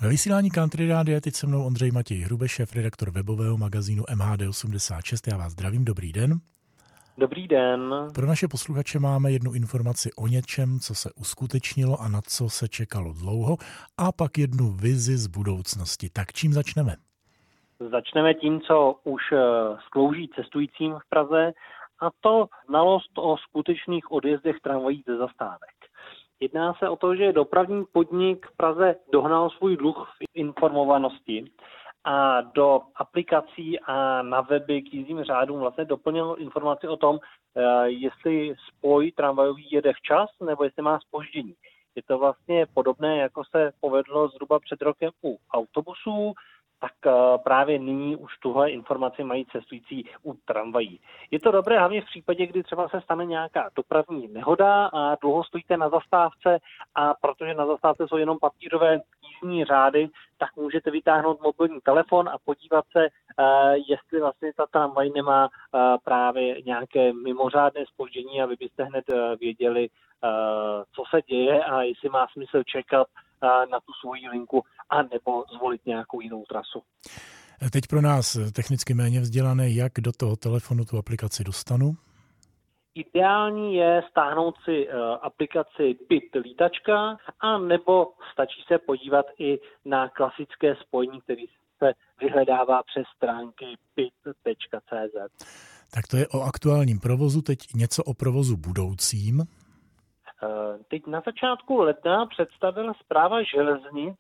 Ve vysílání Country Rádia je teď se mnou Ondřej Matěj Hrubeš, šéfredaktor webového magazínu MHD86. Já vás zdravím, dobrý den. Dobrý den. Pro naše posluchače máme jednu informaci o něčem, co se uskutečnilo a na co se čekalo dlouho, a pak jednu vizi z budoucnosti. Tak čím začneme? Začneme tím, co už slouží cestujícím v Praze, a to znalost o skutečných odjezdech tramvají ze zastávek. Jedná se o to, že dopravní podnik v Praze dohnal svůj dluh v informovanosti a do aplikací a na weby k jízdním řádům vlastně doplnil informaci o tom, jestli spoj tramvajový jede včas nebo jestli má zpoždění. Je to vlastně podobné, jako se povedlo zhruba před rokem u autobusů, tak právě nyní už tuhle informaci mají cestující u tramvají. Je to dobré hlavně v případě, kdy třeba se stane nějaká dopravní nehoda a dlouho stojíte na zastávce, a protože na zastávce jsou jenom papírové jízdní řády, tak můžete vytáhnout mobilní telefon a podívat se, jestli vlastně ta tramvaj nemá právě nějaké mimořádné zpoždění, a vy byste hned věděli, co se děje a jestli má smysl čekat na tu svoji linku a nebo zvolit nějakou jinou trasu. Teď pro nás technicky méně vzdělané, jak do toho telefonu tu aplikaci dostanu? Ideální je stáhnout si aplikaci PIT lítačka, a nebo stačí se podívat i na klasické spojení, který se vyhledává přes stránky pit.cz. Tak to je o aktuálním provozu, teď něco o provozu budoucím. Teď na začátku ledna představila Správa železnic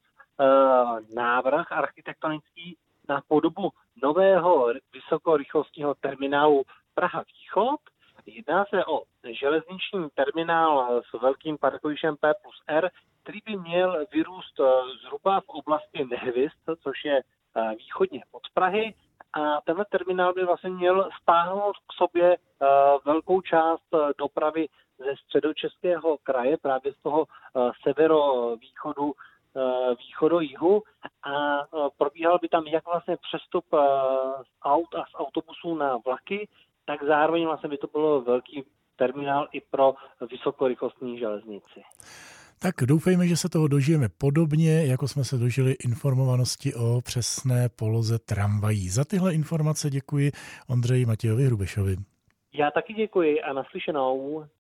návrh architektonický na podobu nového vysokorychlostního terminálu Praha-Východ. Jedná se o železniční terminál s velkým parkovištěm P+R, který by měl vyrůst zhruba v oblasti Nehvězd, což je východně od Prahy. A tenhle terminál by vlastně měl stáhnout k sobě velkou část dopravy ze středočeského kraje, právě z toho severovýchodu, východo-jihu, a probíhal by tam jak vlastně přestup z aut a z autobusů na vlaky, tak zároveň vlastně by to bylo velký terminál i pro vysokorychlostní železnici. Tak doufejme, že se toho dožijeme podobně, jako jsme se dožili informovanosti o přesné poloze tramvají. Za tyhle informace děkuji Ondřeji Matějovi Hrubešovi. Já taky děkuji a naslyšenou.